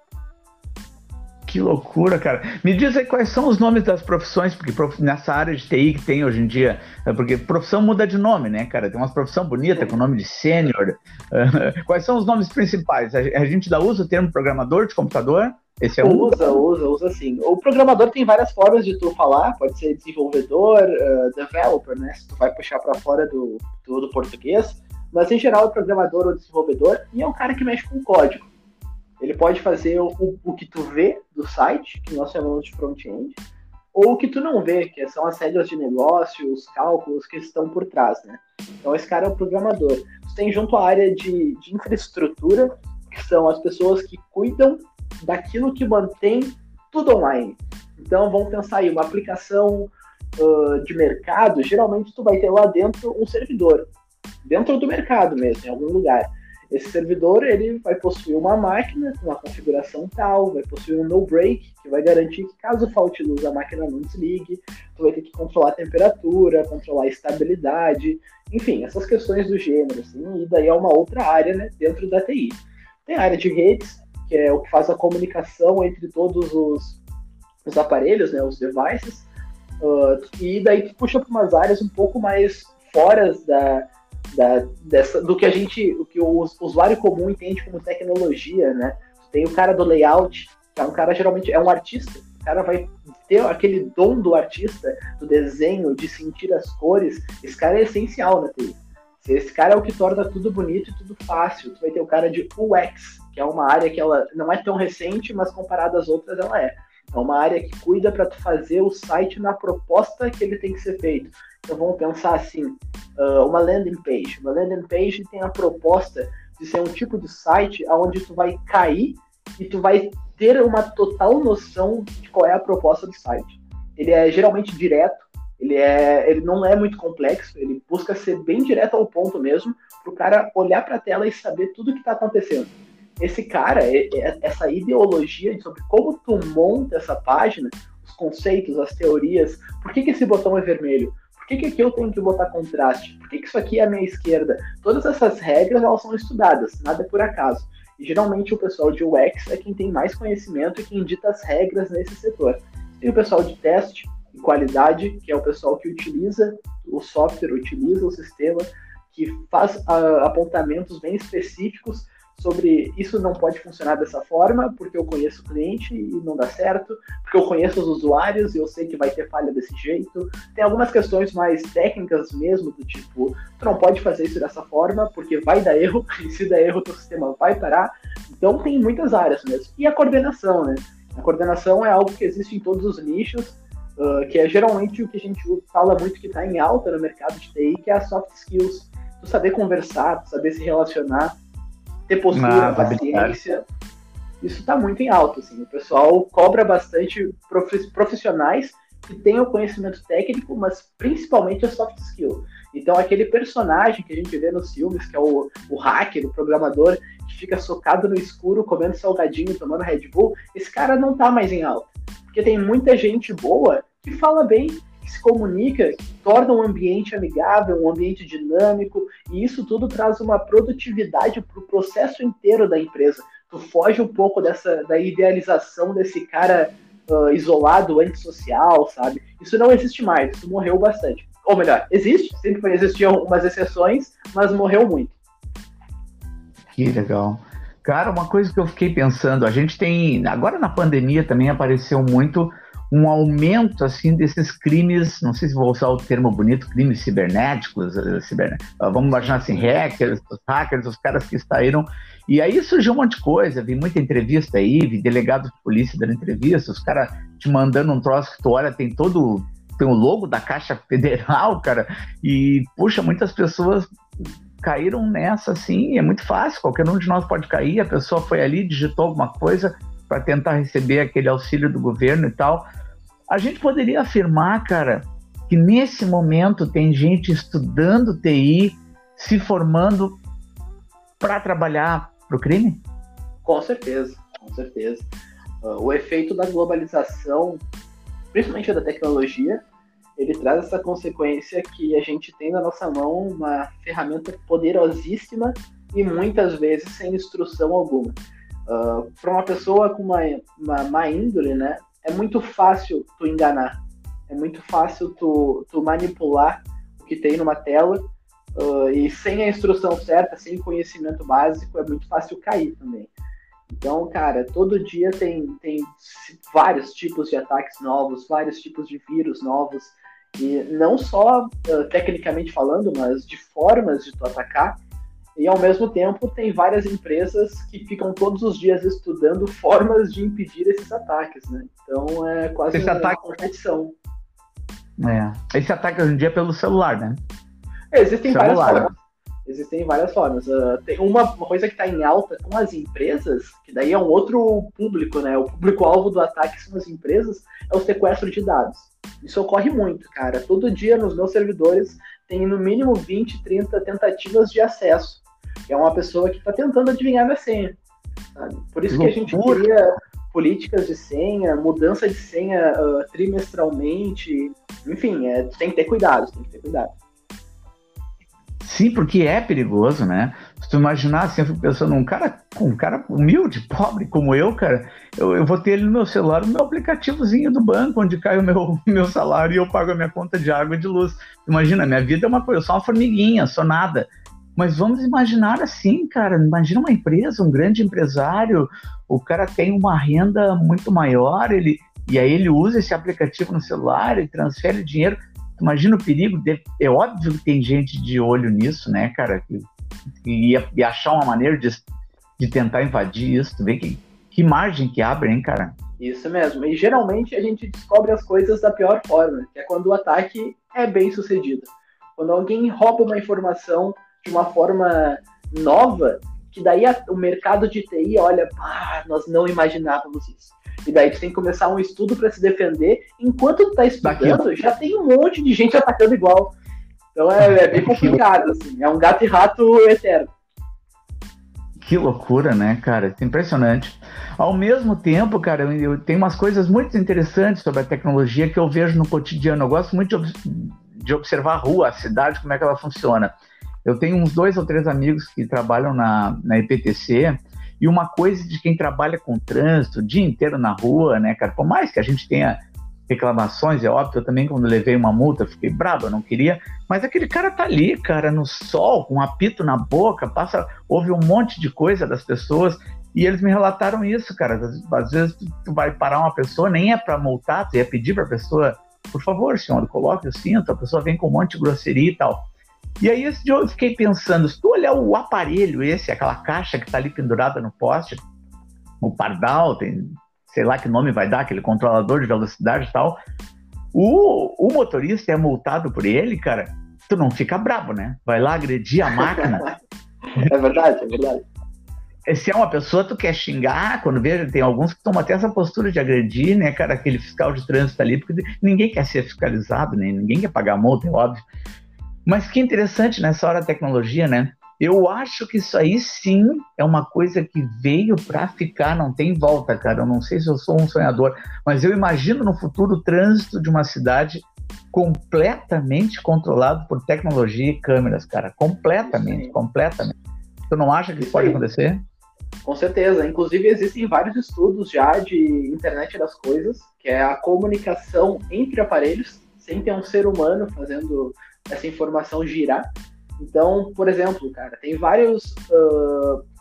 Que loucura, cara. Me diz aí quais são os nomes das profissões, porque nessa área de T I que tem hoje em dia, porque profissão muda de nome, né, cara? Tem umas profissão bonita com o nome de sênior. Quais são os nomes principais? A gente ainda usa o termo programador de computador? Esse é um? Usa, usa, usa sim. O programador tem várias formas de tu falar, pode ser desenvolvedor, uh, developer, né? Se tu vai puxar para fora do, do, do português, mas em geral é programador ou desenvolvedor, e é um cara que mexe com código. Ele pode fazer o, o que tu vê do site, que nós chamamos de front-end, ou o que tu não vê, que são as regras de negócio, os cálculos que estão por trás, né? Então esse cara é o programador. Tu tem junto a área de, de infraestrutura, que são as pessoas que cuidam daquilo que mantém tudo online. Então vamos pensar aí, uma aplicação uh, de mercado, geralmente tu vai ter lá dentro um servidor, dentro do mercado mesmo, em algum lugar. Esse servidor, ele vai possuir uma máquina com uma configuração tal, vai possuir um no-break, que vai garantir que caso falte luz, a máquina não desligue. Tu vai ter que controlar a temperatura, controlar a estabilidade, enfim, essas questões do gênero, assim, e daí é uma outra área, né, dentro da T I. Tem a área de redes, que é o que faz a comunicação entre todos os, os aparelhos, né, os devices, uh, e daí tu puxa para umas áreas um pouco mais fora da... Da, dessa, do que a gente, o que o usuário comum entende como tecnologia, né? Tem o cara do layout, que é um cara, geralmente é um artista, o cara vai ter aquele dom do artista, do desenho, de sentir as cores. Esse cara é essencial na T I. Esse cara é o que torna tudo bonito e tudo fácil. Tu vai ter o cara de U X, que é uma área que ela não é tão recente, mas comparada às outras ela é. É uma área que cuida para tu fazer o site na proposta que ele tem que ser feito. Então vamos pensar assim, uh, uma landing page. Uma landing page tem a proposta de ser um tipo de site onde tu vai cair e tu vai ter uma total noção de qual é a proposta do site. Ele é geralmente direto, ele, é, ele não é muito complexo, ele busca ser bem direto ao ponto mesmo, para o cara olhar para a tela e saber tudo o que está acontecendo. Esse cara, essa ideologia sobre como tu monta essa página, os conceitos, as teorias, por que, que esse botão é vermelho? Por que, que aqui eu tenho que botar contraste? Por que, que isso aqui é a minha esquerda? Todas essas regras, elas são estudadas, nada é por acaso. E geralmente o pessoal de U X é quem tem mais conhecimento e quem dita as regras nesse setor. Tem o pessoal de teste e qualidade, que é o pessoal que utiliza o software, utiliza o sistema, que faz uh, apontamentos bem específicos sobre isso não pode funcionar dessa forma, porque eu conheço o cliente e não dá certo, porque eu conheço os usuários e eu sei que vai ter falha desse jeito. Tem algumas questões mais técnicas mesmo, do tipo, tu não pode fazer isso dessa forma, porque vai dar erro, e se der erro, teu sistema vai parar. Então tem muitas áreas mesmo. E a coordenação, né? A coordenação é algo que existe em todos os nichos, uh, que é geralmente o que a gente fala muito que está em alta no mercado de T I, que é as soft skills. Tu saber conversar, tu saber se relacionar, ter postura, ah, paciência, isso está muito em alta, assim, o pessoal cobra bastante profissionais que tenham conhecimento técnico, mas principalmente a soft skill. Então aquele personagem que a gente vê nos filmes, que é o, o hacker, o programador, que fica socado no escuro, comendo salgadinho, tomando Red Bull, esse cara não tá mais em alta, porque tem muita gente boa que fala bem, que se comunica, que torna um ambiente amigável, um ambiente dinâmico, e isso tudo traz uma produtividade para o processo inteiro da empresa. Tu foge um pouco dessa, da idealização desse cara uh, isolado, antissocial, sabe? Isso não existe mais, isso morreu bastante. Ou melhor, existe, sempre existiam umas exceções, mas morreu muito. Que legal. Cara, uma coisa que eu fiquei pensando, a gente tem, agora na pandemia também apareceu muito um aumento, assim, desses crimes, não sei se vou usar o termo bonito, crimes cibernéticos, uh, ciber, uh, vamos imaginar assim, hackers, os hackers, os caras que saíram, e aí surgiu um monte de coisa, vi muita entrevista aí, vi delegados de polícia dando entrevista, os caras te mandando um troço que tu olha, tem todo, tem o logo da Caixa Federal, cara, e, puxa, muitas pessoas caíram nessa, assim, é muito fácil, qualquer um de nós pode cair, a pessoa foi ali, digitou alguma coisa para tentar receber aquele auxílio do governo e tal. A gente poderia afirmar, cara, que nesse momento tem gente estudando T I, se formando para trabalhar para o crime? Com certeza, com certeza. Uh, o efeito da globalização, principalmente da tecnologia, ele traz essa consequência que a gente tem na nossa mão uma ferramenta poderosíssima e muitas vezes sem instrução alguma. Uh, para uma pessoa com uma, uma má índole, né, é muito fácil tu enganar, é muito fácil tu, tu manipular o que tem numa tela, uh, e sem a instrução certa, sem conhecimento básico, é muito fácil cair também. Então, cara, todo dia tem, tem vários tipos de ataques novos, vários tipos de vírus novos, e não só uh, tecnicamente falando, mas de formas de tu atacar. E, ao mesmo tempo, tem várias empresas que ficam todos os dias estudando formas de impedir esses ataques, né? Então, é quase esse uma ataque... competição. É. Esse ataque hoje em dia é pelo celular, né? Existem celular. várias formas. Existem várias formas. Uh, tem uma, uma coisa que está em alta com as empresas, que daí é um outro público, né? O público-alvo do ataque são as empresas, é o sequestro de dados. Isso ocorre muito, cara. Todo dia nos meus servidores tem no mínimo vinte, trinta tentativas de acesso. É uma pessoa que está tentando adivinhar minha senha. Sabe? Por isso que, que a gente cria políticas de senha, mudança de senha uh, trimestralmente. Enfim, é, tem que ter cuidado, tem que ter cuidado. Sim, porque é perigoso, né? Se tu imaginar assim, eu fico pensando, um cara, um cara humilde, pobre como eu, cara, eu, eu vou ter ele no meu celular, o meu aplicativozinho do banco, onde cai o meu, meu salário e eu pago a minha conta de água e de luz. Imagina, minha vida é uma coisa, eu sou uma formiguinha, sou nada. Mas vamos imaginar assim, cara, imagina uma empresa, um grande empresário, o cara tem uma renda muito maior, ele, e aí ele usa esse aplicativo no celular e transfere dinheiro. Imagina o perigo, de, é óbvio que tem gente de olho nisso, né, cara, que, que ia, ia achar uma maneira de, de tentar invadir isso, tu vê que, que margem que abre, hein, cara? Isso mesmo, e geralmente a gente descobre as coisas da pior forma, que é quando o ataque é bem sucedido. Quando alguém rouba uma informação de uma forma nova, que daí a, o mercado de T I olha, ah, nós não imaginávamos isso. E daí tu tem que começar um estudo para se defender. Enquanto tu tá estudando, Daqui. já tem um monte de gente atacando igual. Então é, é bem complicado, assim. É um gato e rato eterno. Que loucura, né, cara? É impressionante. Ao mesmo tempo, cara, eu tenho umas coisas muito interessantes sobre a tecnologia que eu vejo no cotidiano. Eu gosto muito de, de observar a rua, a cidade, como é que ela funciona. Eu tenho uns dois ou três amigos que trabalham na, na I P T C, e uma coisa de quem trabalha com trânsito o dia inteiro na rua, né, cara? Por mais que a gente tenha reclamações, é óbvio, eu também quando levei uma multa fiquei bravo, eu não queria, mas aquele cara tá ali, cara, no sol, com um apito na boca, passa, ouve um monte de coisa das pessoas, e eles me relataram isso, cara. Às, às vezes tu, tu vai parar uma pessoa, nem é pra multar, tu ia pedir pra pessoa, por favor, senhor, coloque o cinto, a pessoa vem com um monte de grosseria e tal. E aí esse dia eu fiquei pensando, se tu olhar o aparelho esse, aquela caixa que tá ali pendurada no poste, o pardal, tem, sei lá que nome vai dar, aquele controlador de velocidade e tal, o, o motorista é multado por ele, cara, tu não fica bravo, né? Vai lá agredir a máquina. É verdade, é verdade. Se é uma pessoa, tu quer xingar, quando vejo, tem alguns que tomam até essa postura de agredir, né, cara, aquele fiscal de trânsito ali, porque ninguém quer ser fiscalizado, né? Ninguém quer pagar multa, é óbvio. Mas que interessante nessa hora da tecnologia, né? Eu acho que isso aí sim é uma coisa que veio para ficar, não tem volta, cara. Eu não sei se eu sou um sonhador, mas eu imagino no futuro o trânsito de uma cidade completamente controlado por tecnologia e câmeras, cara. Completamente, completamente. Tu não acha que isso, isso pode acontecer? Com certeza. Inclusive existem vários estudos já de internet das coisas, que é a comunicação entre aparelhos, sem ter um ser humano fazendo essa informação girar. Então, por exemplo, cara, tem vários uh,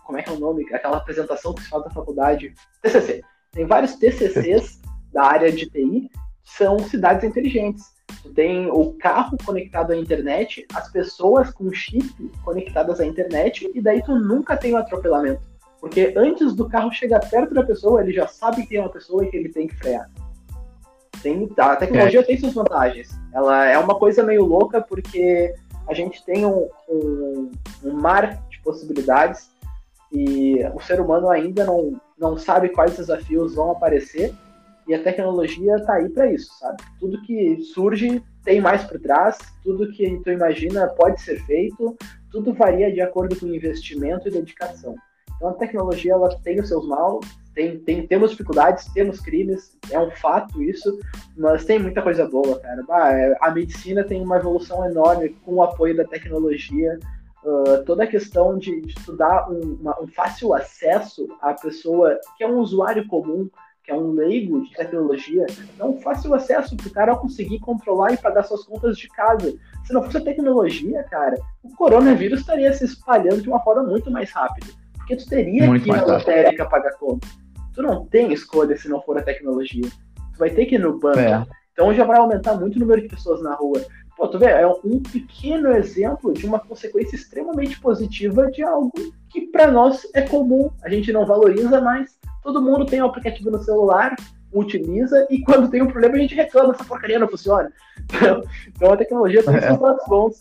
como é que é o nome? Aquela apresentação que se faz da faculdade. T C C. Tem vários T C Cs da área de T I, são cidades inteligentes. Tu tem o carro conectado à internet, as pessoas com chip conectadas à internet, e daí tu nunca tem um atropelamento. Porque antes do carro chegar perto da pessoa, ele já sabe que é uma pessoa e que ele tem que frear. Tem, a tecnologia é. tem suas vantagens. Ela é uma coisa meio louca, porque a gente tem um, um, um mar de possibilidades e o ser humano ainda não, não sabe quais desafios vão aparecer, e a tecnologia está aí para isso, sabe? Tudo que surge tem mais por trás, tudo que tu imagina pode ser feito, tudo varia de acordo com o investimento e dedicação. Então a tecnologia, ela tem os seus mal, tem, tem, temos dificuldades, temos crimes, é um fato isso, mas tem muita coisa boa, cara. Bah, a medicina tem uma evolução enorme com o apoio da tecnologia. Uh, toda a questão de, de tu dar um, uma, um fácil acesso à pessoa que é um usuário comum, que é um leigo de tecnologia, dá um fácil acesso para o cara conseguir controlar e pagar suas contas de casa. Se não fosse a tecnologia, cara, o coronavírus estaria se espalhando de uma forma muito mais rápida. Porque tu teria muito que ir na lotérica pagar conta. Tu não tem escolha se não for a tecnologia. Tu vai ter que ir no banco. É. Então já vai aumentar muito o número de pessoas na rua. Pô, tu vê, é um pequeno exemplo de uma consequência extremamente positiva de algo que para nós é comum. A gente não valoriza mais. Todo mundo tem um aplicativo no celular, utiliza, e quando tem um problema a gente reclama, essa porcaria não funciona. Então, então a tecnologia tem seus lados bons.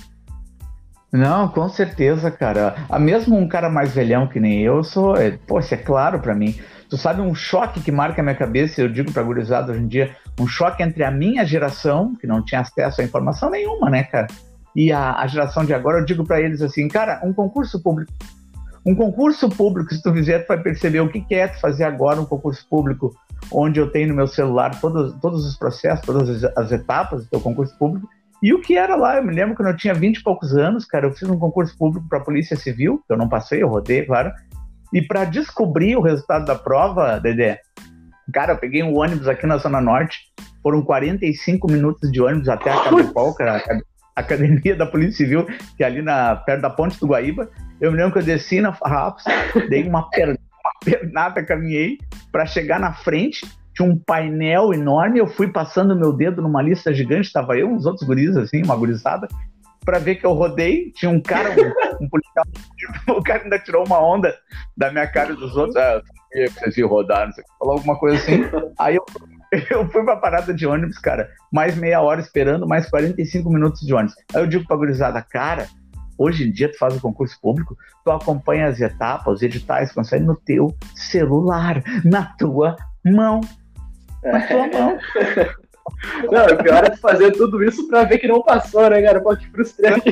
Não, com certeza, cara. A mesmo um cara mais velhão que nem eu, sou, é, pô, isso é claro pra mim. Tu sabe um choque que marca a minha cabeça, eu digo pra gurizada hoje em dia, um choque entre a minha geração, que não tinha acesso a informação nenhuma, né, cara, e a, a geração de agora. Eu digo pra eles assim, cara, um concurso público, um concurso público, se tu fizer, tu vai perceber o que, que é tu fazer agora um concurso público, onde eu tenho no meu celular todos, todos os processos, todas as, as etapas do teu concurso público. E o que era lá, eu me lembro quando eu tinha vinte e poucos anos, cara, eu fiz um concurso público para a Polícia Civil, que eu não passei, eu rodei, claro, e para descobrir o resultado da prova, Dedé, cara, eu peguei um ônibus aqui na Zona Norte, foram quarenta e cinco minutos de ônibus até a Capepol, cara, a academia da Polícia Civil, que é ali na, perto da Ponte do Guaíba. Eu me lembro que eu desci na Farrapos, dei uma, per, uma pernada, caminhei para chegar na frente. Tinha um painel enorme, eu fui passando meu dedo numa lista gigante, estava eu, uns outros guris, assim, uma gurizada, para ver que eu rodei. Tinha um cara, um, um policial, o cara ainda tirou uma onda da minha cara e dos outros, ah, eu vocês iam rodar, não sei, falou alguma coisa assim. Aí eu, eu fui pra parada de ônibus, cara, mais meia hora esperando, mais quarenta e cinco minutos de ônibus. Aí eu digo pra gurizada, cara, hoje em dia tu faz o concurso público, tu acompanha as etapas, os editais, consegue no teu celular, na tua mão. Na tua mão. Não, o pior é tu fazer tudo isso pra ver que não passou, né, cara? Pô, que frustrante.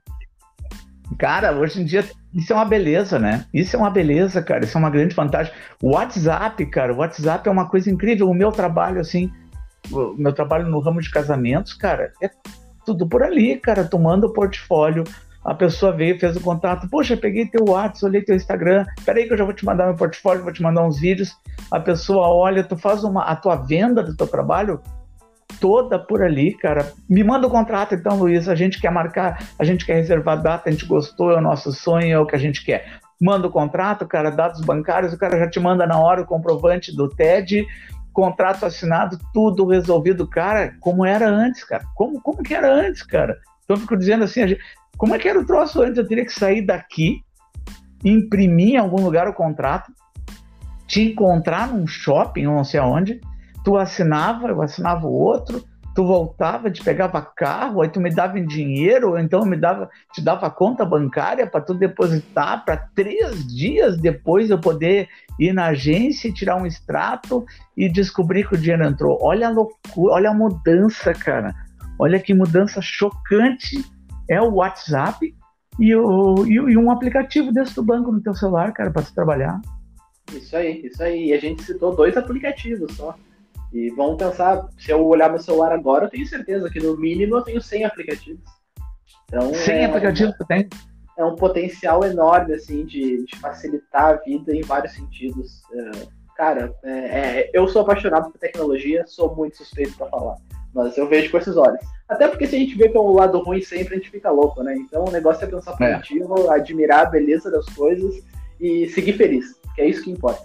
Cara, hoje em dia isso é uma beleza, né? Isso é uma beleza, cara. Isso é uma grande vantagem. O WhatsApp, cara, o WhatsApp é uma coisa incrível. O meu trabalho, assim, o meu trabalho no ramo de casamentos, cara, é tudo por ali, cara. Tu manda o portfólio, a pessoa veio, fez o contato, poxa, peguei teu WhatsApp, olhei teu Instagram, peraí que eu já vou te mandar meu portfólio, vou te mandar uns vídeos, a pessoa olha, tu faz uma, a tua venda do teu trabalho toda por ali, cara. Me manda o contrato então, Luiz, a gente quer marcar, a gente quer reservar data, a gente gostou, é o nosso sonho, é o que a gente quer. Manda o contrato, cara, dados bancários, o cara já te manda na hora o comprovante do T E D, contrato assinado, tudo resolvido, cara, como era antes, cara, como, como que era antes, cara? Então eu fico dizendo assim, a gente, como é que era o troço antes? Eu teria que sair daqui, imprimir em algum lugar o contrato, te encontrar num shopping, ou não sei aonde, tu assinava, eu assinava o outro, tu voltava, te pegava carro, aí tu me dava em dinheiro, ou então me dava, te dava conta bancária para tu depositar, para três dias depois eu poder ir na agência e tirar um extrato e descobrir que o dinheiro entrou. Olha a loucura, olha a mudança, cara. Olha que mudança chocante. É o WhatsApp e, o, e, e um aplicativo desse do banco no teu celular, cara, para tu trabalhar. Isso aí, isso aí. E a gente citou dois aplicativos só. E vamos pensar, se eu olhar meu celular agora, eu tenho certeza que no mínimo eu tenho cem aplicativos. Então, cem é, aplicativos tu tem? É um potencial enorme, assim, de, de facilitar a vida em vários sentidos. É, cara, é, é, eu sou apaixonado por tecnologia, sou muito suspeito para falar. Mas eu vejo com esses olhos. Até porque se a gente vê pelo lado ruim sempre, a gente fica louco, né? Então o negócio é pensar positivo, é. admirar a beleza das coisas e seguir feliz, que é isso que importa.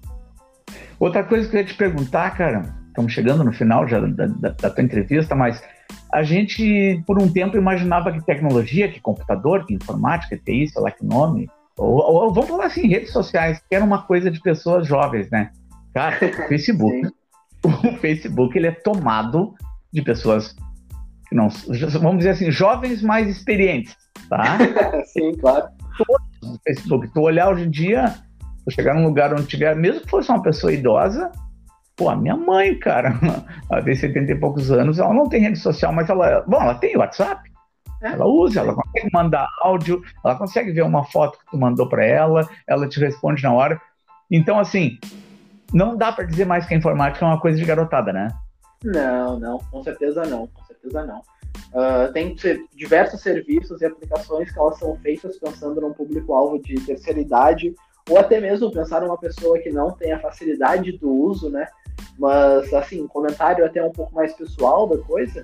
Outra coisa que eu ia te perguntar, cara, estamos chegando no final já da, da, da tua entrevista, mas a gente, por um tempo, imaginava que tecnologia, que computador, que informática, que isso, sei lá que nome, ou, ou vamos falar assim, redes sociais, que era uma coisa de pessoas jovens, né? Cara, o Facebook, o Facebook, ele é tomado de pessoas, que não, vamos dizer assim, jovens mais experientes, tá? Sim, claro. Todos no Facebook. Tu olhar hoje em dia, tu chegar num lugar onde tiver, mesmo que fosse uma pessoa idosa, pô, a minha mãe, cara, ela tem setenta e poucos anos, ela não tem rede social, mas ela, bom, ela tem WhatsApp, é. Ela usa, ela consegue mandar áudio, ela consegue ver uma foto que tu mandou para ela, ela te responde na hora. Então, assim, não dá para dizer mais que a informática é uma coisa de garotada, né? Não, não, com certeza não, com certeza não. Uh, tem diversos serviços e aplicações que elas são feitas pensando num público-alvo de terceira idade, ou até mesmo pensar numa pessoa que não tem a facilidade do uso, né? Mas, assim, um comentário até um pouco mais pessoal da coisa,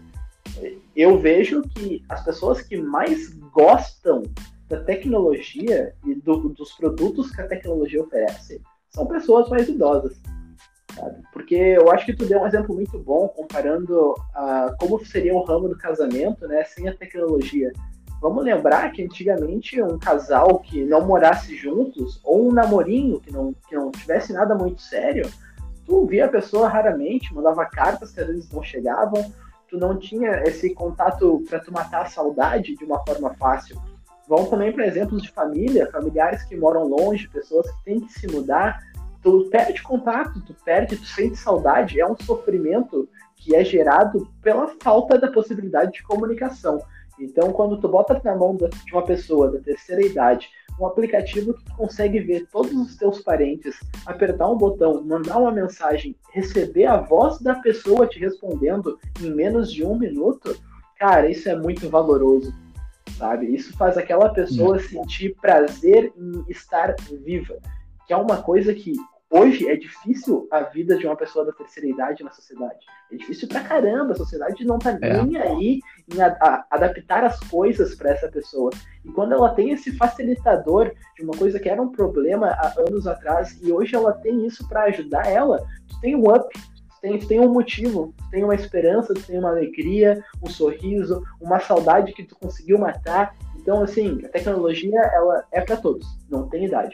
eu vejo que as pessoas que mais gostam da tecnologia e do, dos produtos que a tecnologia oferece são pessoas mais idosas, sabe? Porque eu acho que tu deu um exemplo muito bom comparando a como seria o ramo do casamento, né, sem a tecnologia. Vamos lembrar que antigamente um casal que não morasse juntos, ou um namorinho que não, que não tivesse nada muito sério, tu via a pessoa raramente, mandava cartas que às vezes não chegavam, tu não tinha esse contato para tu matar a saudade de uma forma fácil. Vão também para exemplos de família, familiares que moram longe, pessoas que têm que se mudar, tu perde contato, tu perde, tu sente saudade, é um sofrimento que é gerado pela falta da possibilidade de comunicação. Então, quando tu bota na mão de uma pessoa da terceira idade um aplicativo que tu consegue ver todos os teus parentes, apertar um botão, mandar uma mensagem, receber a voz da pessoa te respondendo em menos de um minuto, cara, isso é muito valoroso, sabe? Isso faz aquela pessoa sentir prazer em estar viva, que é uma coisa que hoje é difícil a vida de uma pessoa da terceira idade na sociedade. É difícil pra caramba, a sociedade não tá é. nem aí em a, a, adaptar as coisas para essa pessoa. E quando ela tem esse facilitador de uma coisa que era um problema há anos atrás, e hoje ela tem isso para ajudar ela, tu tem um up, tu tem, tu tem um motivo, tu tem uma esperança, tu tem uma alegria, um sorriso, uma saudade que tu conseguiu matar. Então, assim, a tecnologia, ela é para todos, não tem idade.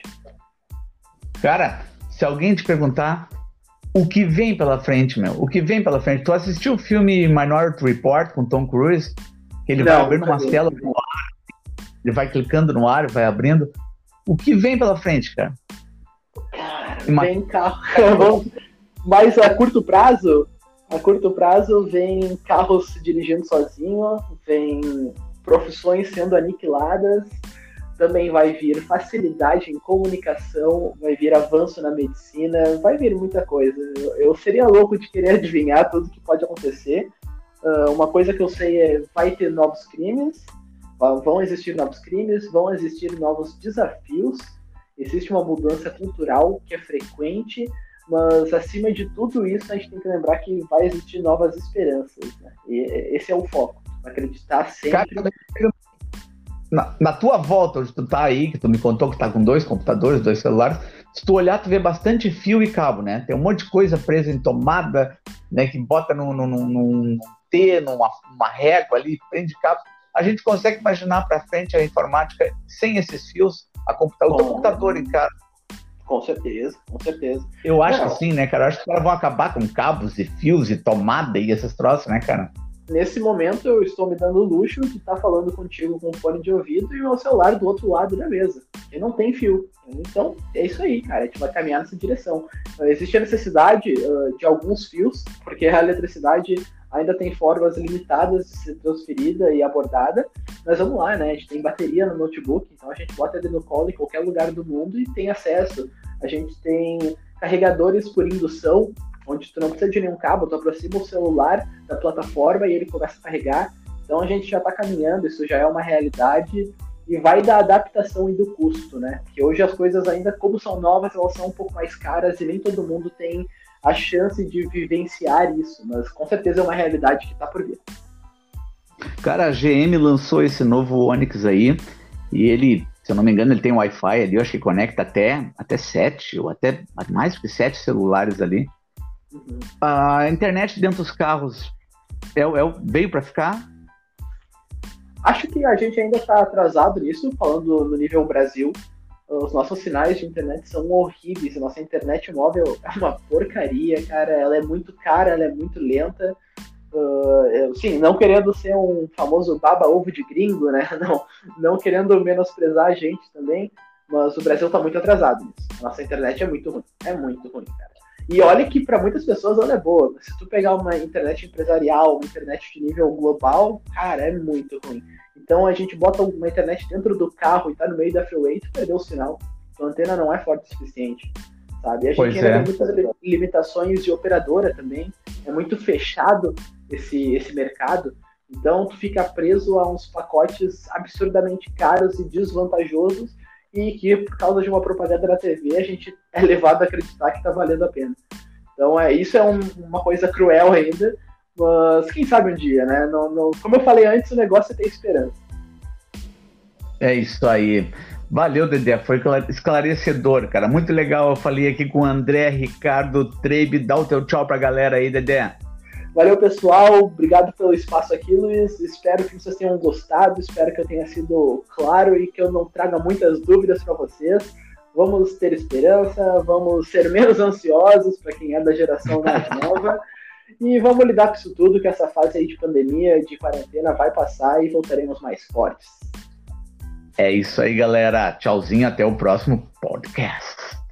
Cara, se alguém te perguntar o que vem pela frente, meu, o que vem pela frente, tu assistiu o filme Minority Report com Tom Cruise? Que ele não, vai abrindo umas telas no ar, ele vai clicando no ar, vai abrindo. O que vem pela frente, cara? Cara, vem carro. Mas a curto prazo, a curto prazo vem carros dirigindo sozinho, vem profissões sendo aniquiladas, também vai vir facilidade em comunicação, vai vir avanço na medicina, vai vir muita coisa. Eu, eu seria louco de querer adivinhar tudo que pode acontecer. Uh, uma coisa que eu sei é vai ter novos crimes, vão existir novos crimes, vão existir novos desafios, existe uma mudança cultural que é frequente, mas acima de tudo isso a gente tem que lembrar que vai existir novas esperanças, né? E esse é o foco, acreditar sempre... Cara, Na, na tua volta, onde tu tá aí, que tu me contou que tá com dois computadores, dois celulares, se tu olhar, tu vê bastante fio e cabo, né? Tem um monte de coisa presa em tomada, né? Que bota num, num, num, num T, numa uma régua ali, prende cabo. A gente consegue imaginar pra frente a informática sem esses fios, a computa- o teu computador em casa. Com certeza, com certeza. Eu acho Não. que sim, né, cara? Eu acho que os caras vão acabar com cabos e fios e tomada e esses troços, né, cara? Nesse momento, eu estou me dando o luxo de estar falando contigo com fone de ouvido e o meu celular do outro lado da mesa, que não tem fio. Então, é isso aí, cara. A gente vai caminhar nessa direção. Existe a necessidade uh, de alguns fios, porque a eletricidade ainda tem formas limitadas de ser transferida e abordada, mas vamos lá, né? A gente tem bateria no notebook, então a gente bota ele no colo em qualquer lugar do mundo e tem acesso. A gente tem carregadores por indução, onde tu não precisa de nenhum cabo, tu aproxima o celular da plataforma e ele começa a carregar. Então a gente já está caminhando, isso já é uma realidade e vai da adaptação e do custo, né? Porque hoje as coisas ainda, como são novas, elas são um pouco mais caras e nem todo mundo tem a chance de vivenciar isso, mas com certeza é uma realidade que está por vir. Cara, a G M lançou esse novo Onix aí e ele Se eu não me engano, ele tem um Wi-Fi ali, eu acho que conecta até, até sete, ou até mais que sete celulares ali. Uhum. A internet dentro dos carros é, é, veio para ficar? Acho que a gente ainda está atrasado nisso, falando no nível Brasil. Os nossos sinais de internet são horríveis. A nossa internet móvel é uma porcaria, cara. Ela é muito cara, ela é muito lenta. Uh, sim, não querendo ser um famoso baba-ovo de gringo, né? Não, não querendo menosprezar a gente também, mas o Brasil tá muito atrasado nisso. A nossa internet é muito ruim, é muito ruim, cara. E olha que para muitas pessoas ela é boa. Se tu pegar uma internet empresarial, uma internet de nível global, cara, é muito ruim. Então a gente bota uma internet dentro do carro e tá no meio da freeway, tu perdeu o sinal. A antena não é forte o suficiente, sabe? A gente pois ainda é. tem muitas limitações de operadora também. É muito fechado esse, esse mercado. Então tu fica preso a uns pacotes absurdamente caros e desvantajosos e que por causa de uma propaganda na T V a gente é levado a acreditar que tá valendo a pena. Então é, isso é um, uma coisa cruel ainda, mas quem sabe um dia, né? Não, não, como eu falei antes, o negócio é ter esperança. É isso aí. Valeu, Dedé, foi esclarecedor, cara. Muito legal, eu falei aqui com o André Ricardo Treib. Dá o teu tchau pra galera aí, Dedé. Valeu, pessoal. Obrigado pelo espaço aqui, Luiz. Espero que vocês tenham gostado. Espero que eu tenha sido claro e que eu não traga muitas dúvidas para vocês. Vamos ter esperança, vamos ser menos ansiosos para quem é da geração mais nova. E vamos lidar com isso tudo, que essa fase aí de pandemia, de quarentena vai passar e voltaremos mais fortes. É isso aí, galera. Tchauzinho, até o próximo podcast.